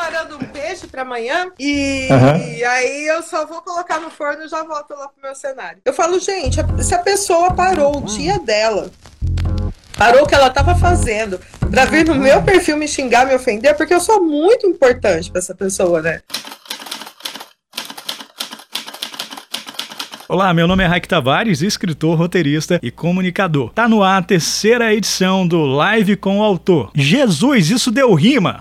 preparando um peixe pra amanhã e aí eu só vou colocar no forno e já volto lá pro meu cenário. Eu falo, gente, se a pessoa parou o dia dela, parou o que ela tava fazendo pra vir no meu perfil me xingar, me ofender, porque eu sou muito importante pra essa pessoa, né? Olá, meu nome é Raik Tavares, escritor, roteirista e comunicador. Tá no ar a terceira edição do Live com o Autor. Jesus, isso deu rima!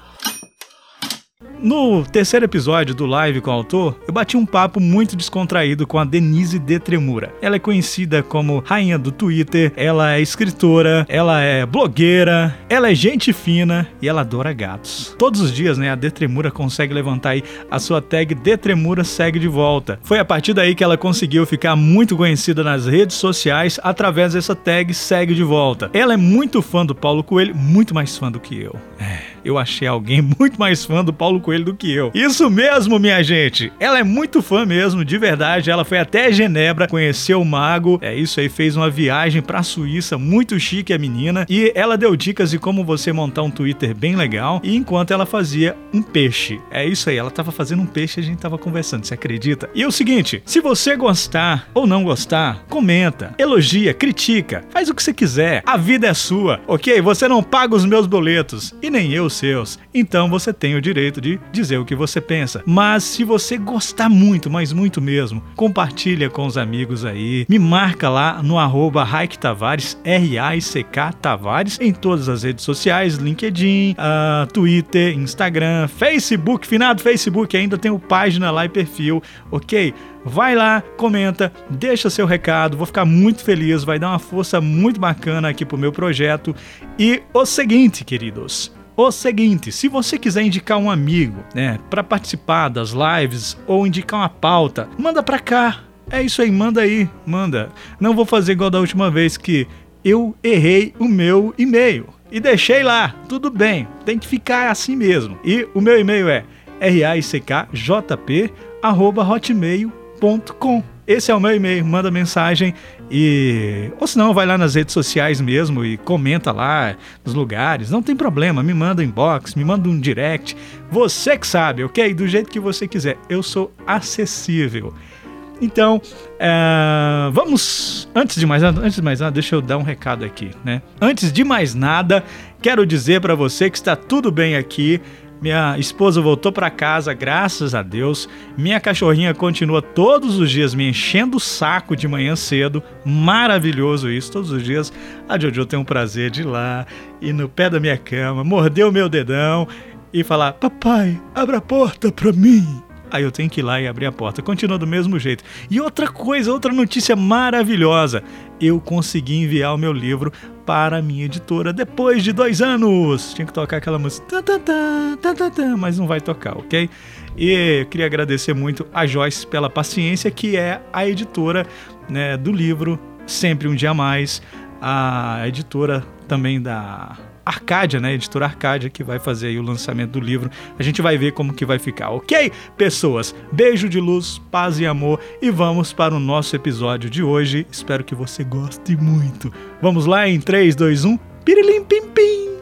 No terceiro episódio do Live com o Autor, eu bati um papo muito descontraído com a Denise de Tremura. Ela é conhecida como rainha do Twitter, ela é escritora, ela é blogueira, ela é gente fina e ela adora gatos. Todos os dias, a De Tremura consegue levantar aí a sua tag De Tremura segue de volta. Foi a partir daí que ela conseguiu ficar muito conhecida nas redes sociais através dessa tag segue de volta. Ela é muito fã do Paulo Coelho, muito mais fã do que eu. Eu achei alguém muito mais fã do Paulo Coelho do que eu. Isso mesmo, minha gente. Ela é muito fã mesmo, de verdade. Ela foi até Genebra, conheceu o Mago. É isso aí, fez uma viagem pra Suíça, muito chique a menina. E ela deu dicas de como você montar um Twitter bem legal. E enquanto ela fazia um peixe. É isso aí, ela tava fazendo um peixe e a gente tava conversando, você acredita? E é o seguinte, se você gostar ou não gostar, comenta, elogia, critica, faz o que você quiser. A vida é sua, ok? Você não paga os meus boletos e nem eu seus, então você tem o direito de dizer o que você pensa. Mas se você gostar muito, mas muito mesmo, compartilha com os amigos aí, me marca lá no @Raik Tavares, R-A-I-C-K Tavares, em todas as redes sociais, LinkedIn, Twitter, Instagram, Facebook, finado Facebook, ainda tem página lá e perfil, ok? Vai lá, comenta, deixa seu recado, vou ficar muito feliz, vai dar uma força muito bacana aqui pro meu projeto. E o seguinte, queridos, se você quiser indicar um amigo, para participar das lives ou indicar uma pauta, manda pra cá. É isso aí, manda aí, manda. Não vou fazer igual da última vez que eu errei o meu e-mail e deixei lá. Tudo bem, tem que ficar assim mesmo. E o meu e-mail é rackjp@hotmail.com. Esse é o meu e-mail, manda mensagem ou senão vai lá nas redes sociais mesmo e comenta lá nos lugares, não tem problema, me manda um inbox, me manda um direct, você que sabe, ok? Do jeito que você quiser, eu sou acessível. Então, vamos, antes de mais nada, deixa eu dar um recado aqui, Antes de mais nada, quero dizer para você que está tudo bem aqui. Minha esposa voltou para casa, graças a Deus. Minha cachorrinha continua todos os dias me enchendo o saco de manhã cedo. Maravilhoso isso. Todos os dias a Jojo tem um prazer de ir lá, ir no pé da minha cama, morder o meu dedão e falar: papai, abra a porta pra mim. Aí eu tenho que ir lá e abrir a porta. Continua do mesmo jeito. E outra notícia maravilhosa. Eu consegui enviar o meu livro para a minha editora depois de 2 anos. Tinha que tocar aquela música, mas não vai tocar, ok? E eu queria agradecer muito a Joyce pela paciência, que é a editora do livro Sempre um Dia a Mais. A editora também da Arcádia, editora Arcádia, que vai fazer aí o lançamento do livro. A gente vai ver como que vai ficar, ok? Pessoas, beijo de luz, paz e amor e vamos para o nosso episódio de hoje. Espero que você goste muito. Vamos lá em 3, 2, 1, pirilim pim pim!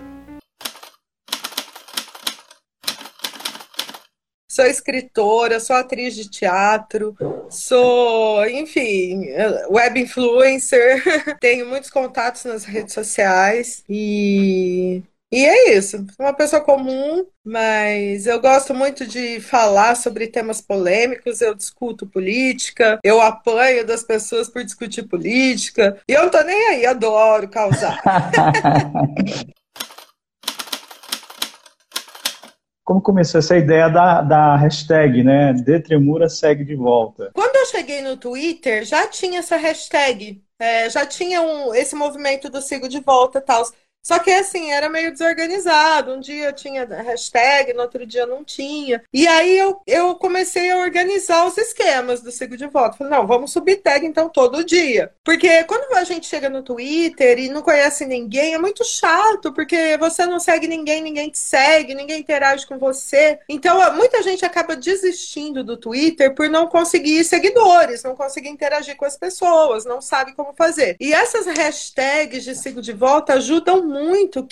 Sou escritora, sou atriz de teatro, sou, enfim, web influencer, tenho muitos contatos nas redes sociais e é isso. Sou uma pessoa comum, mas eu gosto muito de falar sobre temas polêmicos, eu discuto política, eu apanho das pessoas por discutir política e eu não tô nem aí, adoro causar. Como começou essa ideia da hashtag, De Tremura segue de volta? Quando eu cheguei no Twitter, já tinha essa hashtag, já tinha esse movimento do sigo de volta e tal. Só que assim, era meio desorganizado. Um dia tinha hashtag, no outro dia não tinha. E aí eu comecei a organizar os esquemas do Sigo de Volta. Falei, não, vamos subir tag então todo dia. Porque quando a gente chega no Twitter e não conhece ninguém, é muito chato, porque você não segue ninguém, ninguém te segue, ninguém interage com você. Então, muita gente acaba desistindo do Twitter por não conseguir seguidores, não conseguir interagir com as pessoas, não sabe como fazer. E essas hashtags de Sigo de Volta ajudam muito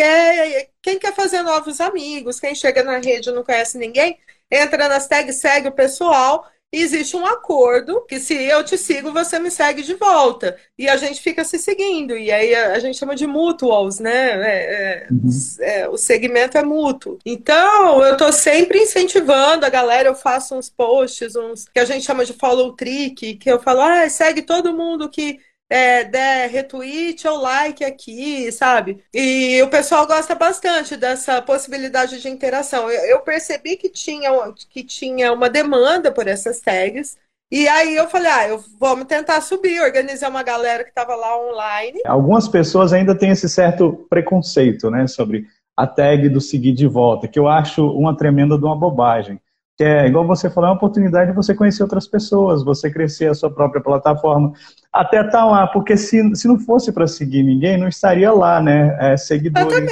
quem quer fazer novos amigos, quem chega na rede e não conhece ninguém, entra nas tags, segue o pessoal. E existe um acordo que se eu te sigo, você me segue de volta. E a gente fica se seguindo. E aí a gente chama de mutuals, né? Uhum. O segmento é mútuo. Então, eu tô sempre incentivando a galera. Eu faço uns posts, uns que a gente chama de follow trick, que eu falo, segue todo mundo que der retweet ou like aqui, sabe? E o pessoal gosta bastante dessa possibilidade de interação. Eu percebi que tinha uma demanda por essas tags. E aí eu falei, vamos tentar subir, organizar uma galera que estava lá online. Algumas pessoas ainda têm esse certo preconceito, né, sobre a tag do seguir de volta, que eu acho uma tremenda de uma bobagem. Que é, igual você falou, é uma oportunidade de você conhecer outras pessoas, você crescer a sua própria plataforma, até estar lá, porque se não fosse para seguir ninguém, não estaria lá, né? Seguidores.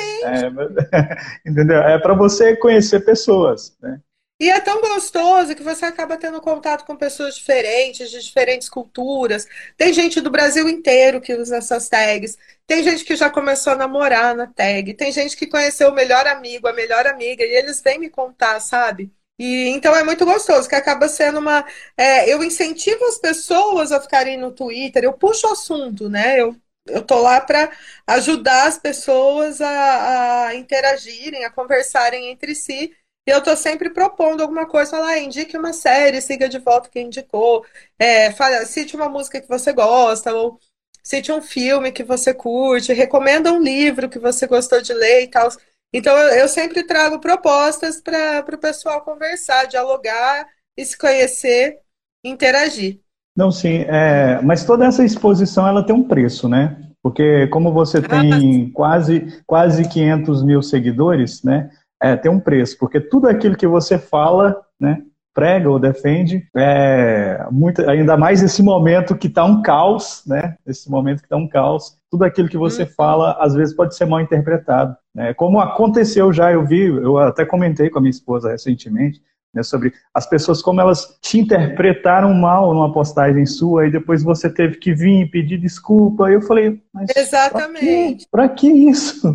Entendeu? É para você conhecer pessoas, né? E é tão gostoso que você acaba tendo contato com pessoas diferentes, de diferentes culturas. Tem gente do Brasil inteiro que usa essas tags. Tem gente que já começou a namorar na tag. Tem gente que conheceu o melhor amigo, a melhor amiga, e eles vêm me contar, sabe? E então é muito gostoso, que acaba sendo eu incentivo as pessoas a ficarem no Twitter, eu puxo o assunto, né? Eu tô lá para ajudar as pessoas a interagirem, a conversarem entre si. E eu tô sempre propondo alguma coisa lá, indique uma série, siga de volta quem indicou, cite uma música que você gosta, ou cite um filme que você curte, recomenda um livro que você gostou de ler e tal. Então eu sempre trago propostas para o pessoal conversar, dialogar e se conhecer, interagir. Não, sim, mas toda essa exposição ela tem um preço, né? Porque como você Ah, tem quase 500 mil seguidores, né? Tem um preço, porque tudo aquilo que você fala, né? Prega ou defende, ainda mais nesse momento que está um caos, né? Esse momento que está um caos, tudo aquilo que você uhum. fala, às vezes pode ser mal interpretado, né? Como aconteceu já, eu até comentei com a minha esposa recentemente, né, sobre as pessoas, como elas te interpretaram mal numa postagem sua, e depois você teve que vir pedir desculpa. E eu falei, mas pra quê? Exatamente. Pra que isso?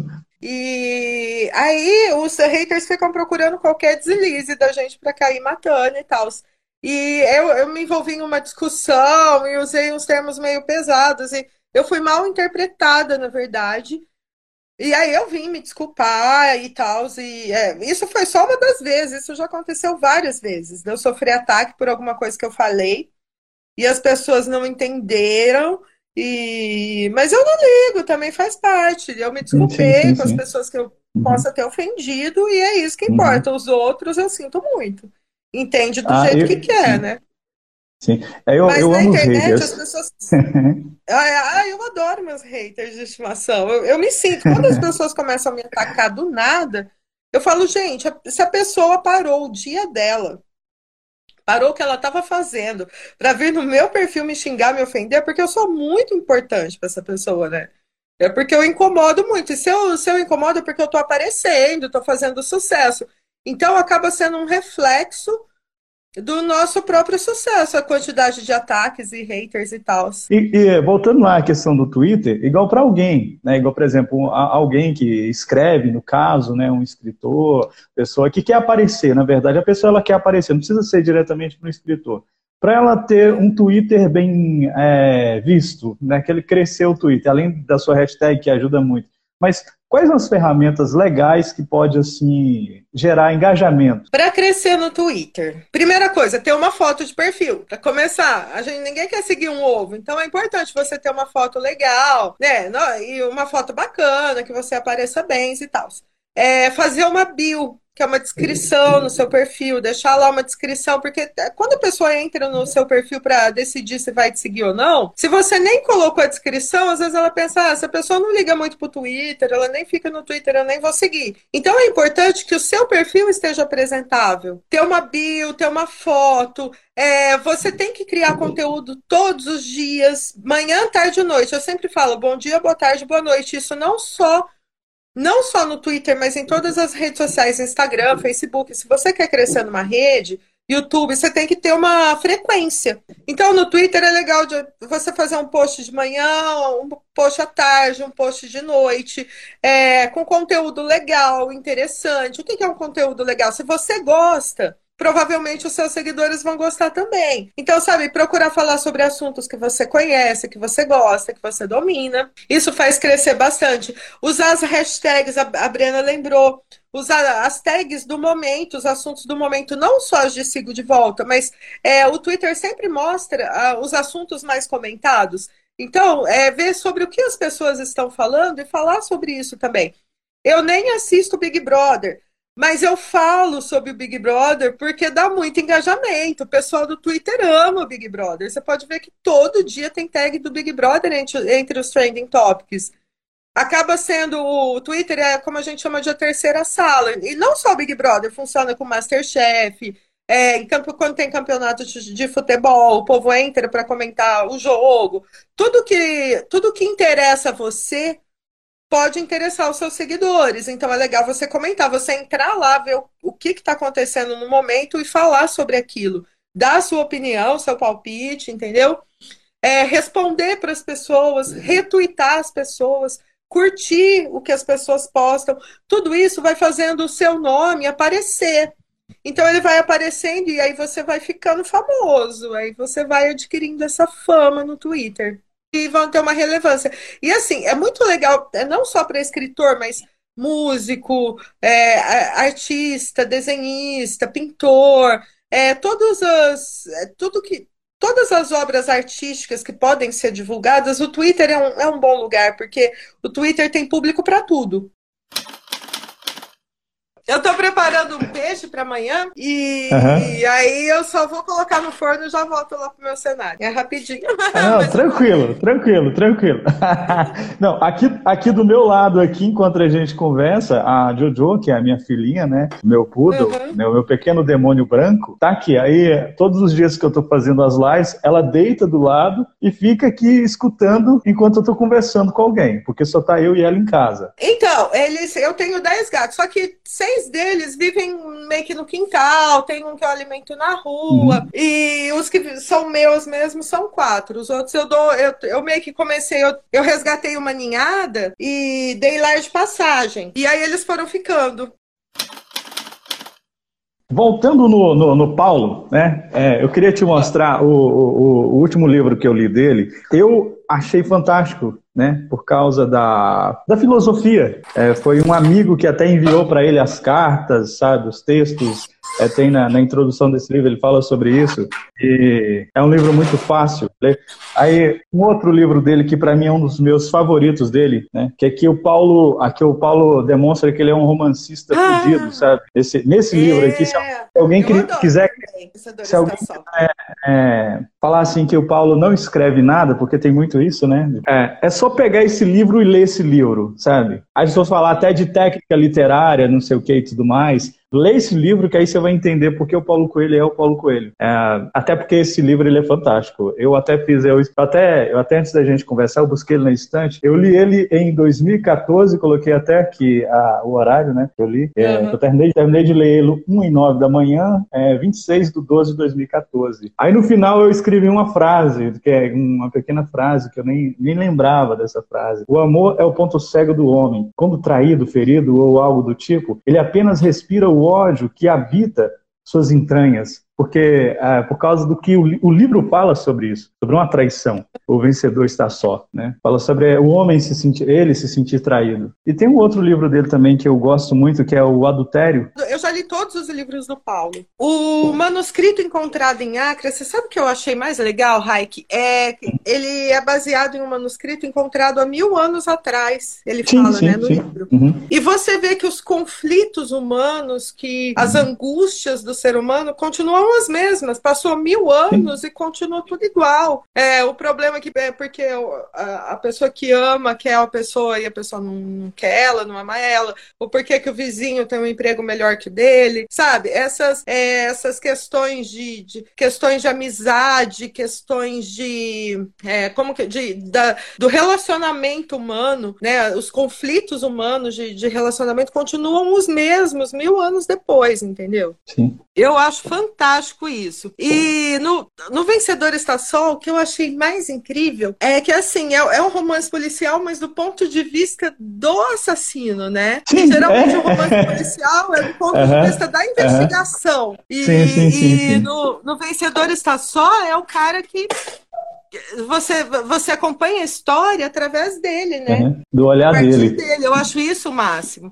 E aí os haters ficam procurando qualquer deslize da gente para cair matando e tal. E eu me envolvi em uma discussão e usei uns termos meio pesados. E eu fui mal interpretada, na verdade. E aí eu vim me desculpar e tal. E isso foi só uma das vezes. Isso já aconteceu várias vezes. Eu sofri ataque por alguma coisa que eu falei e as pessoas não entenderam. Mas eu não ligo, também faz parte. Eu me Sim, sim, desculpei sim, com as sim. pessoas que eu Uhum, possa ter ofendido, e é isso que uhum. importa. Os outros eu sinto muito. Entende do Ah, jeito que quer, sim, né? sim. Mas Eu na amo os internet as haters. pessoas. Eu adoro meus haters de estimação. Eu me sinto, quando as pessoas começam a me atacar do nada, eu falo, gente, se a pessoa parou o dia dela, parou o que ela estava fazendo para vir no meu perfil me xingar, me ofender, é porque eu sou muito importante para essa pessoa, né? É porque eu incomodo muito. E se eu incomodo é porque eu estou aparecendo, estou fazendo sucesso. Então acaba sendo um reflexo do nosso próprio sucesso, a quantidade de ataques e haters e tal. Voltando lá à questão do Twitter, igual para alguém, né? Igual, por exemplo, alguém que escreve, no caso, né? Um escritor, pessoa que quer aparecer. Na verdade, a pessoa ela quer aparecer, não precisa ser diretamente para o escritor. Para ela ter um Twitter bem visto, né? Que ele cresceu o Twitter, além da sua hashtag, que ajuda muito. Mas quais são as ferramentas legais que pode, assim, gerar engajamento? Para crescer no Twitter, primeira coisa, ter uma foto de perfil. Para começar, ninguém quer seguir um ovo, então é importante você ter uma foto legal, né? E uma foto bacana, que você apareça bem e tal. Fazer uma bio, que é uma descrição no seu perfil, deixar lá uma descrição, porque quando a pessoa entra no seu perfil para decidir se vai te seguir ou não, se você nem colocou a descrição, às vezes ela pensa, essa pessoa não liga muito pro Twitter, ela nem fica no Twitter, eu nem vou seguir. Então é importante que o seu perfil esteja apresentável, ter uma bio, ter uma foto, você tem que criar conteúdo todos os dias, manhã, tarde e noite. Eu sempre falo bom dia, boa tarde, boa noite. Isso não só no Twitter, mas em todas as redes sociais, Instagram, Facebook. Se você quer crescer numa rede, YouTube, você tem que ter uma frequência. Então, no Twitter é legal de você fazer um post de manhã, um post à tarde, um post de noite, com conteúdo legal, interessante. O que é um conteúdo legal? Se você gosta, provavelmente os seus seguidores vão gostar também. Então, sabe, procurar falar sobre assuntos que você conhece, que você gosta, que você domina. Isso faz crescer bastante. Usar as hashtags, a Brena lembrou, usar as tags do momento, os assuntos do momento, não só as de sigo de volta, mas o Twitter sempre mostra os assuntos mais comentados. Então, ver sobre o que as pessoas estão falando e falar sobre isso também. Eu nem assisto Big Brother, mas eu falo sobre o Big Brother porque dá muito engajamento. O pessoal do Twitter ama o Big Brother. Você pode ver que todo dia tem tag do Big Brother entre os trending topics. Acaba sendo o Twitter, como a gente chama de a terceira sala. E não só o Big Brother, funciona com MasterChef, quando tem campeonato de futebol, o povo entra para comentar o jogo. Tudo que interessa a você pode interessar os seus seguidores. Então é legal você comentar, você entrar lá, ver o que está acontecendo no momento e falar sobre aquilo. Dar a sua opinião, seu palpite, entendeu? Responder para as pessoas, retweetar as pessoas, curtir o que as pessoas postam. Tudo isso vai fazendo o seu nome aparecer. Então ele vai aparecendo e aí você vai ficando famoso, aí você vai adquirindo essa fama no Twitter e vão ter uma relevância. E assim, é muito legal, não só para escritor, mas músico, artista, desenhista, pintor, todas as obras artísticas que podem ser divulgadas, o Twitter é um bom lugar, porque o Twitter tem público para tudo. Eu tô preparando um peixe para amanhã e aí eu só vou colocar no forno e já volto lá pro meu cenário. É rapidinho. Não, tranquilo. Não, aqui do meu lado, enquanto a gente conversa, a Jojo, que é a minha filhinha, né? Meu poodle, meu pequeno demônio branco, tá aqui. Aí, todos os dias que eu tô fazendo as lives, ela deita do lado e fica aqui escutando enquanto eu tô conversando com alguém, porque só tá eu e ela em casa. Então, eu tenho 10 gatos, só que 6 deles vivem meio que no quintal, tem um que eu alimento na rua, e os que são meus mesmo são 4. Os outros eu meio que comecei, eu resgatei uma ninhada e dei lar de passagem. E aí eles foram ficando. Voltando no Paulo, né? Eu queria te mostrar o último livro que eu li dele. Eu achei fantástico, né? Por causa da filosofia. Foi um amigo que até enviou para ele as cartas, sabe? Os textos. Tem na introdução desse livro, ele fala sobre isso. E é um livro muito fácil. Aí, um outro livro dele, que para mim é um dos meus favoritos dele, né? Que aqui o Paulo demonstra que ele é um romancista fudido, sabe? Nesse livro aqui, se alguém quiser falar assim que o Paulo não escreve nada, porque tem muito isso, né? É só pegar esse livro e ler esse livro, sabe? Aí as pessoas falam até de técnica literária, não sei o que e tudo mais. Lê esse livro que aí você vai entender porque o Paulo Coelho é o Paulo Coelho. Até porque esse livro ele é fantástico. Eu até antes da gente conversar, eu busquei ele na estante. Eu li ele em 2014, coloquei até aqui o horário, né? Eu li. Eu terminei de ler ele 1h09 da manhã, 26/12/2014. Aí no final eu escrevi uma frase, que é uma pequena frase, que eu nem lembrava dessa frase. O amor é o ponto cego do homem. Quando traído, ferido ou algo do tipo, ele apenas respira o ódio que habita suas entranhas, porque por causa do que o livro fala sobre isso, sobre uma traição. O vencedor está só, né? Fala sobre o homem se sentir traído. E tem um outro livro dele também que eu gosto muito, que é o Adultério. Eu já li todos os livros do Paulo. O manuscrito encontrado em Acre, você sabe o que eu achei mais legal, Raik? Ele é baseado em um manuscrito encontrado há 1000 anos atrás. Ele fala, né, no livro. E você vê que os conflitos humanos, que as angústias do ser humano continuam as mesmas. Passou 1000 anos e continua tudo igual. O problema é porque a pessoa que ama quer a pessoa e a pessoa não quer ela, não ama ela. Ou porque que o vizinho tem um emprego melhor perto dele, sabe? Essas questões questões de amizade, questões do relacionamento humano, né? Os conflitos humanos de relacionamento continuam os mesmos 1000 anos depois, entendeu? Sim. Eu acho fantástico isso. E no Vencedor Está Só, o que eu achei mais incrível é que, assim, é um romance policial, mas do ponto de vista do assassino, né? Sim, E geralmente o romance policial é do ponto de vista da investigação. Sim. No Vencedor Está Só é o cara que você acompanha a história através dele, né? Do olhar dele. Eu acho isso o máximo.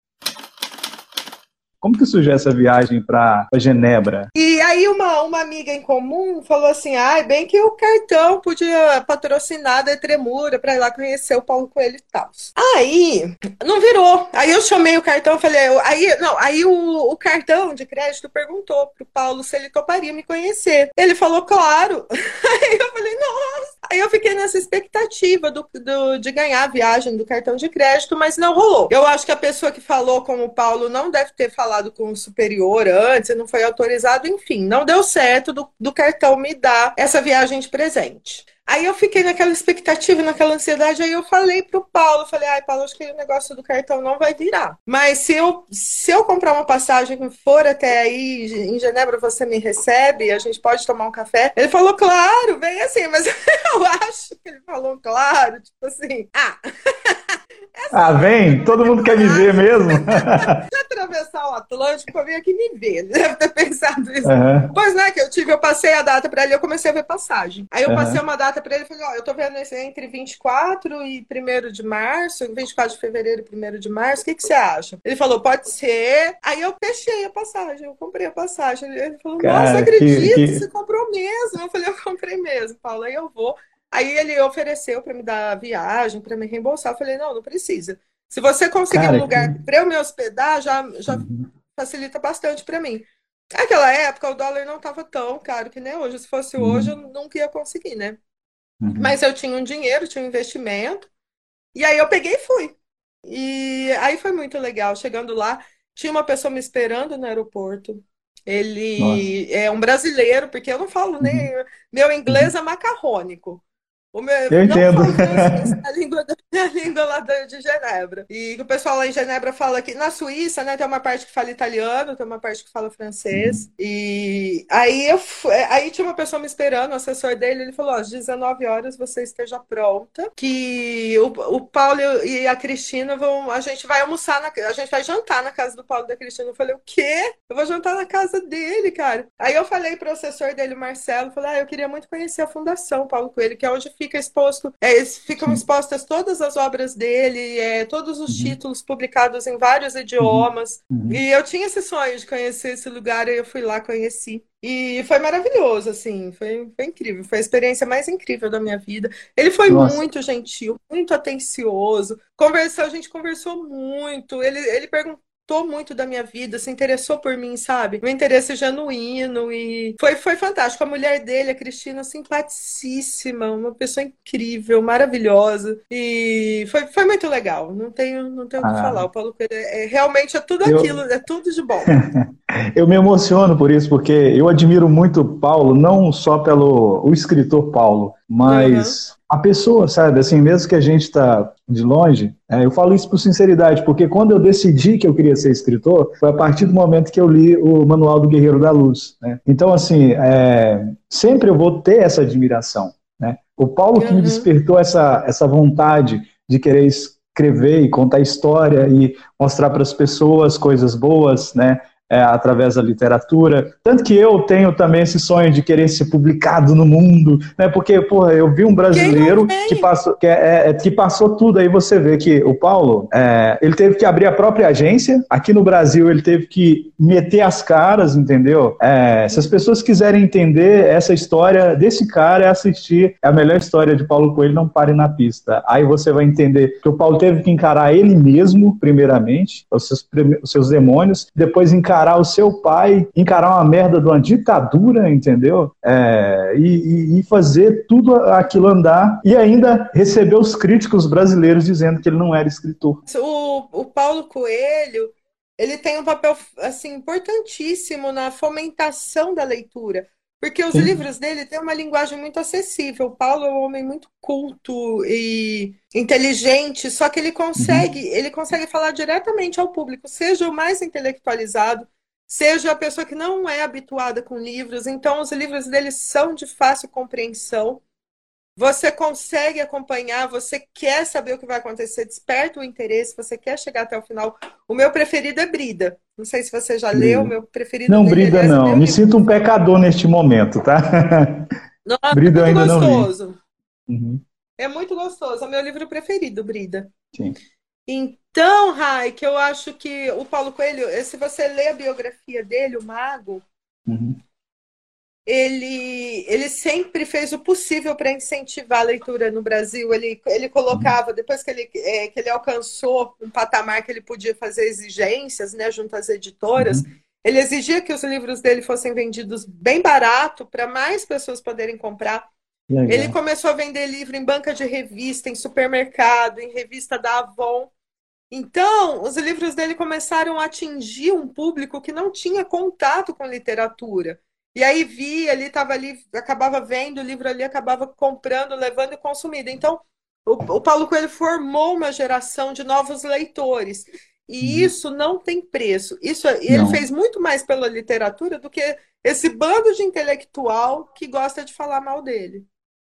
Como que surgiu essa viagem para Genebra? E aí uma amiga em comum falou assim, bem que o cartão podia patrocinar a Tremura para ir lá conhecer o Paulo Coelho e tal. Aí, não virou. Aí eu chamei o cartão, falei, aí o cartão de crédito perguntou pro Paulo se ele toparia me conhecer. Ele falou, claro. Aí eu falei, nossa. Aí eu fiquei nessa expectativa de ganhar a viagem do cartão de crédito, mas não rolou. Eu acho que a pessoa que falou com o Paulo não deve ter falado com o superior antes, não foi autorizado, enfim, não deu certo do cartão me dar essa viagem de presente. Aí eu fiquei naquela expectativa, naquela ansiedade, aí eu falei pro Paulo, Paulo, acho que o negócio do cartão não vai virar. Mas se eu comprar uma passagem e for até aí em Genebra, você me recebe, a gente pode tomar um café? Ele falou, claro, vem assim, mas eu acho que ele falou, claro, tipo assim, vem, todo mundo quer me ver mesmo. Se atravessar o Atlântico pra vir aqui me ver, deve ter pensado isso. Pois não é que eu passei a data pra ele, eu comecei a ver passagem. Aí eu passei uma data pra ele e falei, eu tô vendo entre 24 e 1º de março, 24 de fevereiro e 1º de março, o que você acha? Ele falou, pode ser. Aí eu fechei a passagem, eu comprei a passagem. Ele falou, nossa, acredito, você comprou mesmo. Eu falei, eu comprei mesmo, Paulo, aí eu vou. Aí ele ofereceu para me dar a viagem, para me reembolsar. Eu falei, não precisa. Se você conseguir um lugar para eu me hospedar, já facilita bastante para mim. Naquela época, o dólar não estava tão caro que nem hoje. Se fosse hoje, eu nunca ia conseguir, né? Mas eu tinha um dinheiro, tinha um investimento. E aí eu peguei e fui. E aí foi muito legal. Chegando lá, tinha uma pessoa me esperando no aeroporto. Ele é um brasileiro, porque eu não falo nem... Meu inglês é macarrônico. Eu entendo. Não falo francês, a língua lá de Genebra. E o pessoal lá em Genebra fala que na Suíça, né, tem uma parte que fala italiano, tem uma parte que fala francês. E aí tinha uma pessoa me esperando, o assessor dele, ele falou, às 19 horas você esteja pronta, que o Paulo e a Cristina a gente vai a gente vai jantar na casa do Paulo e da Cristina. Eu falei, o quê? Eu vou jantar na casa dele, cara. Aí eu falei pro assessor dele, o Marcelo, falei, eu queria muito conhecer a Fundação Paulo Coelho, que é onde ficam expostas todas as obras dele, todos os títulos publicados em vários idiomas. E eu tinha esse sonho de conhecer esse lugar, e eu fui lá, conheci. E foi maravilhoso, assim, foi incrível, foi a experiência mais incrível da minha vida. Ele foi muito gentil, muito atencioso, a gente conversou muito, ele perguntou muito da minha vida, se interessou por mim, sabe? Um interesse genuíno e foi fantástico. A mulher dele, a Cristina, simpaticíssima, uma pessoa incrível, maravilhosa e foi muito legal. Não tenho o que falar. O Paulo Coelho realmente é tudo aquilo, é tudo de bom. Eu me emociono por isso, porque eu admiro muito o Paulo, não só pelo o escritor Paulo, mas a pessoa, sabe, assim, mesmo que a gente está de longe, eu falo isso por sinceridade, porque quando eu decidi que eu queria ser escritor, foi a partir do momento que eu li o Manual do Guerreiro da Luz, né? Então, assim, sempre eu vou ter essa admiração, né? O Paulo que me despertou essa vontade de querer escrever e contar história e mostrar para as pessoas coisas boas, né? Através da literatura, tanto que eu tenho também esse sonho de querer ser publicado no mundo, né? Porque, porra, eu vi um brasileiro que passou tudo, aí você vê que o Paulo, ele teve que abrir a própria agência, aqui no Brasil ele teve que meter as caras, entendeu? Se as pessoas quiserem entender essa história desse cara, assistir a melhor história de Paulo Coelho, Não Pare na Pista. Aí você vai entender que o Paulo teve que encarar ele mesmo, primeiramente, os seus demônios, depois encarar o seu pai, encarar uma merda de uma ditadura, entendeu? E fazer tudo aquilo andar e ainda receber os críticos brasileiros dizendo que ele não era escritor. O Paulo Coelho, ele tem um papel assim importantíssimo na fomentação da leitura, porque os Sim. livros dele têm uma linguagem muito acessível. O Paulo é um homem muito culto e inteligente, só que Uhum. ele consegue falar diretamente ao público, seja o mais intelectualizado, seja a pessoa que não é habituada com livros. Então, os livros dele são de fácil compreensão. Você consegue acompanhar, você quer saber o que vai acontecer, desperta o interesse, você quer chegar até o final. O meu preferido é Brida. Não sei se você já leu, o Brida. meu preferido Não, dele, Brida aliás, é não. meu Me livro sinto um preferido. pecador neste momento, tá? Nossa, é Brida eu muito ainda não li. gostoso. Uhum. É muito gostoso. É o meu livro preferido, Brida. Sim. Então, Rai, que eu acho que o Paulo Coelho, se você lê a biografia dele, o Mago, Uhum. ele sempre fez o possível para incentivar a leitura no Brasil. Ele Uhum. colocava, depois que ele alcançou um patamar que ele podia fazer exigências, né, junto às editoras, Uhum. ele exigia que os livros dele fossem vendidos bem barato para mais pessoas poderem comprar. Ele Legal. começou a vender livro em banca de revista, em supermercado, em revista da Avon. Então, os livros dele começaram a atingir um público que não tinha contato com literatura. E aí via ali, estava ali, acabava vendo o livro ali, acabava comprando, levando e consumindo. Então, o Paulo Coelho formou uma geração de novos leitores. E Uhum. isso não tem preço. Isso, ele Não. fez muito mais pela literatura do que esse bando de intelectual que gosta de falar mal dele.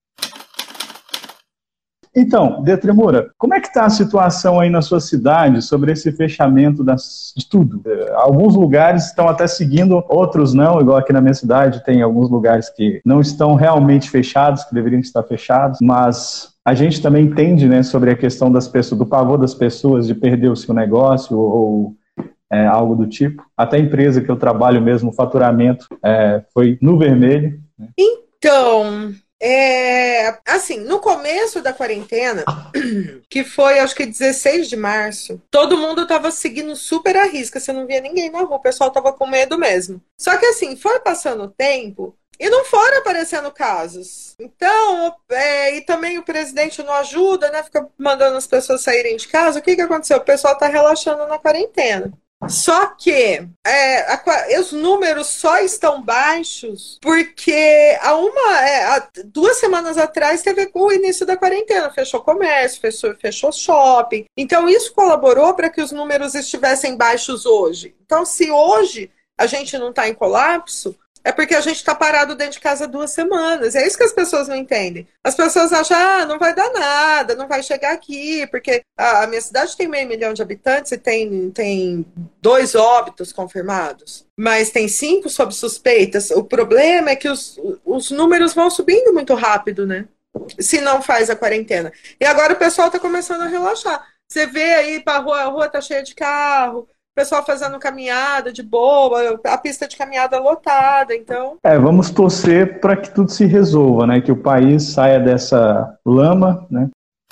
Então, Detremura, como é que está a situação aí na sua cidade sobre esse fechamento de tudo? Alguns lugares estão até seguindo, outros não, igual aqui na minha cidade tem alguns lugares que não estão realmente fechados, que deveriam estar fechados, mas a gente também entende, né, sobre a questão das pessoas, do pavor das pessoas de perder o seu negócio ou algo do tipo. Até a empresa que eu trabalho mesmo, o faturamento foi no vermelho. Então, assim, no começo da quarentena, que foi acho que 16 de março, todo mundo estava seguindo super à risca, você não via ninguém na rua, o pessoal estava com medo mesmo. Só que assim, foi passando o tempo e não foram aparecendo casos. Então, e também o presidente não ajuda, né? Fica mandando as pessoas saírem de casa. O que que aconteceu? O pessoal está relaxando na quarentena. Só que os números só estão baixos porque há 2 semanas atrás teve o início da quarentena, fechou comércio, fechou shopping. Então isso colaborou para que os números estivessem baixos hoje. Então, se hoje a gente não está em colapso, é porque a gente está parado dentro de casa 2 semanas. É isso que as pessoas não entendem. As pessoas acham, não vai dar nada, não vai chegar aqui, porque a minha cidade tem 500 mil de habitantes e tem 2 óbitos confirmados, mas tem 5 sob suspeitas. O problema é que os números vão subindo muito rápido, né? Se não faz a quarentena. E agora o pessoal está começando a relaxar. Você vê aí para a rua tá cheia de carro, o pessoal fazendo caminhada de boa, a pista de caminhada lotada, então. Vamos torcer para que tudo se resolva, né? Que o país saia dessa lama, né?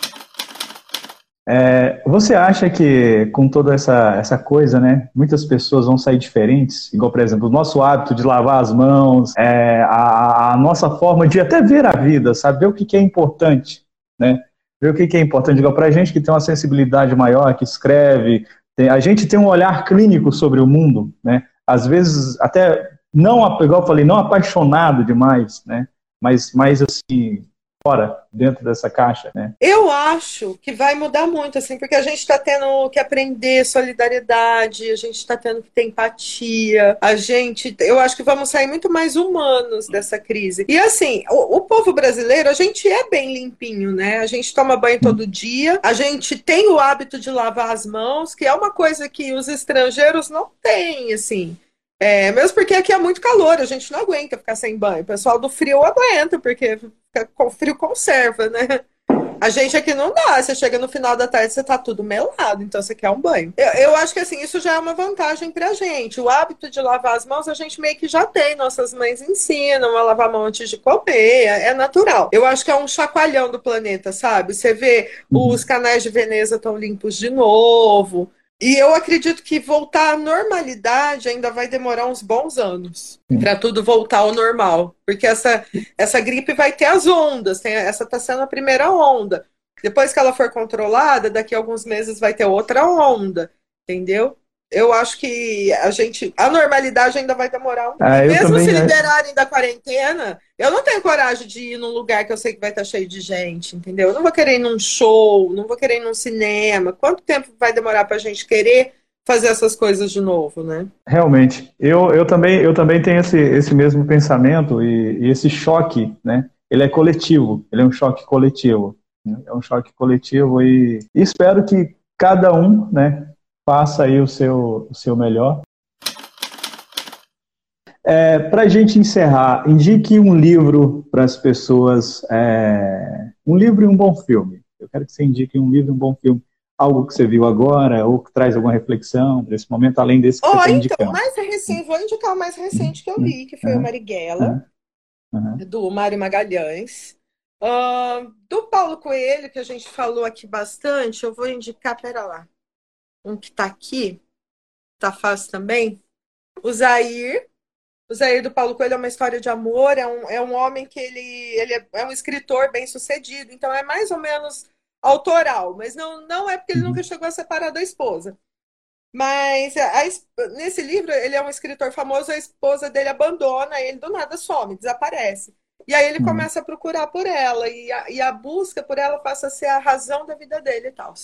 Você acha que com toda essa coisa, né, muitas pessoas vão sair diferentes? Igual, por exemplo, o nosso hábito de lavar as mãos, a nossa forma de até ver a vida, saber o que é importante, né? Ver o que é importante. Igual para a gente que tem uma sensibilidade maior, que escreve, a gente tem um olhar clínico sobre o mundo, né? Às vezes até, não, igual eu falei, não apaixonado demais, né? Mas assim, fora, dentro dessa caixa, né? Eu acho que vai mudar muito, assim, porque a gente está tendo que aprender solidariedade, a gente está tendo que ter empatia, eu acho que vamos sair muito mais humanos dessa crise. E assim, o povo brasileiro, a gente é bem limpinho, né? A gente toma banho todo dia, a gente tem o hábito de lavar as mãos, que é uma coisa que os estrangeiros não têm, assim. Mesmo porque aqui é muito calor, a gente não aguenta ficar sem banho. O pessoal do frio aguenta, porque o frio conserva, né? A gente aqui não dá. Você chega no final da tarde, você tá tudo melado, então você quer um banho. Eu acho que assim, isso já é uma vantagem pra gente. O hábito de lavar as mãos, a gente meio que já tem. Nossas mães ensinam a lavar a mão antes de comer, é natural. Eu acho que é um chacoalhão do planeta, sabe? Você vê os Uhum. canais de Veneza estão limpos de novo. E eu acredito que voltar à normalidade ainda vai demorar uns bons anos para tudo voltar ao normal. Porque essa gripe vai ter as ondas. Essa está sendo a primeira onda. Depois que ela for controlada, daqui a alguns meses vai ter outra onda. Entendeu? Eu acho que a normalidade ainda vai demorar um tempo. Eu Mesmo também, se né? liberarem da quarentena, eu não tenho coragem de ir num lugar que eu sei que vai estar cheio de gente, entendeu? Eu não vou querer ir num show, não vou querer ir num cinema. Quanto tempo vai demorar pra gente querer fazer essas coisas de novo, né? Realmente. Eu também tenho esse mesmo pensamento e esse choque, né? Ele é coletivo, ele é um choque coletivo, né? É um choque coletivo e espero que cada um, né, faça aí o seu melhor. Para a gente encerrar, indique um livro para as pessoas, um livro e um bom filme. Eu quero que você indique um livro e um bom filme. Algo que você viu agora, ou que traz alguma reflexão para esse momento, além desse que você está Então, indicando. mais recente, vou indicar o mais recente que eu Uhum, li, que foi o uhum, Marighella, uhum, uhum. do Mário Magalhães. Do Paulo Coelho, que a gente falou aqui bastante, eu vou indicar, pera lá, um que tá aqui, tá fácil também. O Zair. O Zair do Paulo Coelho é uma história de amor, é um homem que ele é um escritor bem sucedido, então é mais ou menos autoral, mas não é porque ele nunca Uhum. chegou a separar da esposa. Mas nesse livro, ele é um escritor famoso, a esposa dele abandona ele, do nada some, desaparece. E aí ele Uhum. começa a procurar por ela, e a busca por ela passa a ser a razão da vida dele e tal.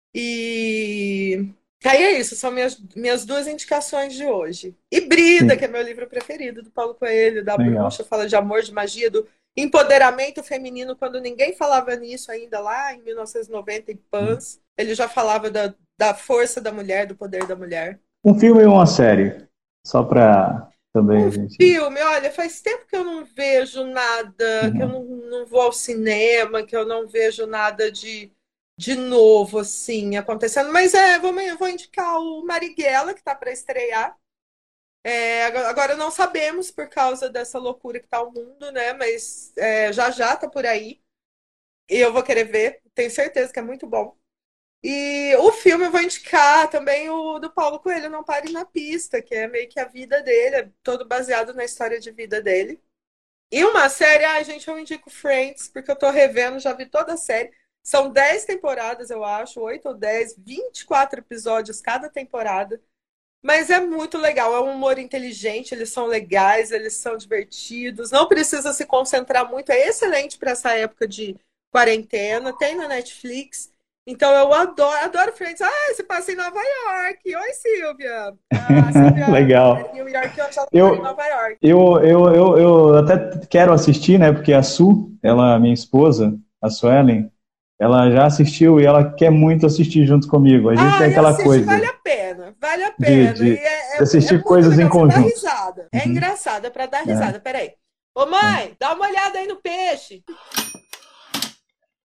E aí é isso, são minhas duas indicações de hoje. E Brida, que é Sim, meu livro preferido, do Paulo Coelho, da legal. bruxa, fala de amor, de magia, do empoderamento feminino, quando ninguém falava nisso ainda lá em 1990 em Uhum. Pans. Ele já falava da força da mulher, do poder da mulher. Um filme e uma série, só para também Um a gente. filme, olha, faz tempo que eu não vejo nada, que eu Uhum. não vou ao cinema, que eu não vejo nada de novo, assim, acontecendo. Mas vou indicar o Marighella, que está para estrear. Agora não sabemos por causa dessa loucura que está o mundo, né? Mas já já tá por aí. E eu vou querer ver, tenho certeza que é muito bom. E o filme eu vou indicar também o do Paulo Coelho, Não Pare na Pista, que é meio que a vida dele, é todo baseado na história de vida dele. E uma série, gente, eu indico Friends, porque eu tô revendo, já vi toda a série. São 10 temporadas, eu acho, 8 ou 10, 24 episódios cada temporada. Mas é muito legal, é um humor inteligente, eles são legais, eles são divertidos, não precisa se concentrar muito, é excelente para essa época de quarentena, tem na Netflix. Então eu adoro Friends. Você passa em Nova York. Oi, Silvia. A Silvia é Legal. New York, eu já moro em Eu, Nova York. eu até quero assistir, né? Porque a Su, minha esposa, a Suelen, ela já assistiu e ela quer muito assistir junto comigo. A gente tem E aquela assiste, coisa vale a pena, vale a de, pena. E de, é, de é, é assistir muito coisas em legal, você dá conjunto. risada. É Uhum, engraçado, é para dar é, risada. Peraí. Ô, é. mãe, dá uma olhada aí no peixe.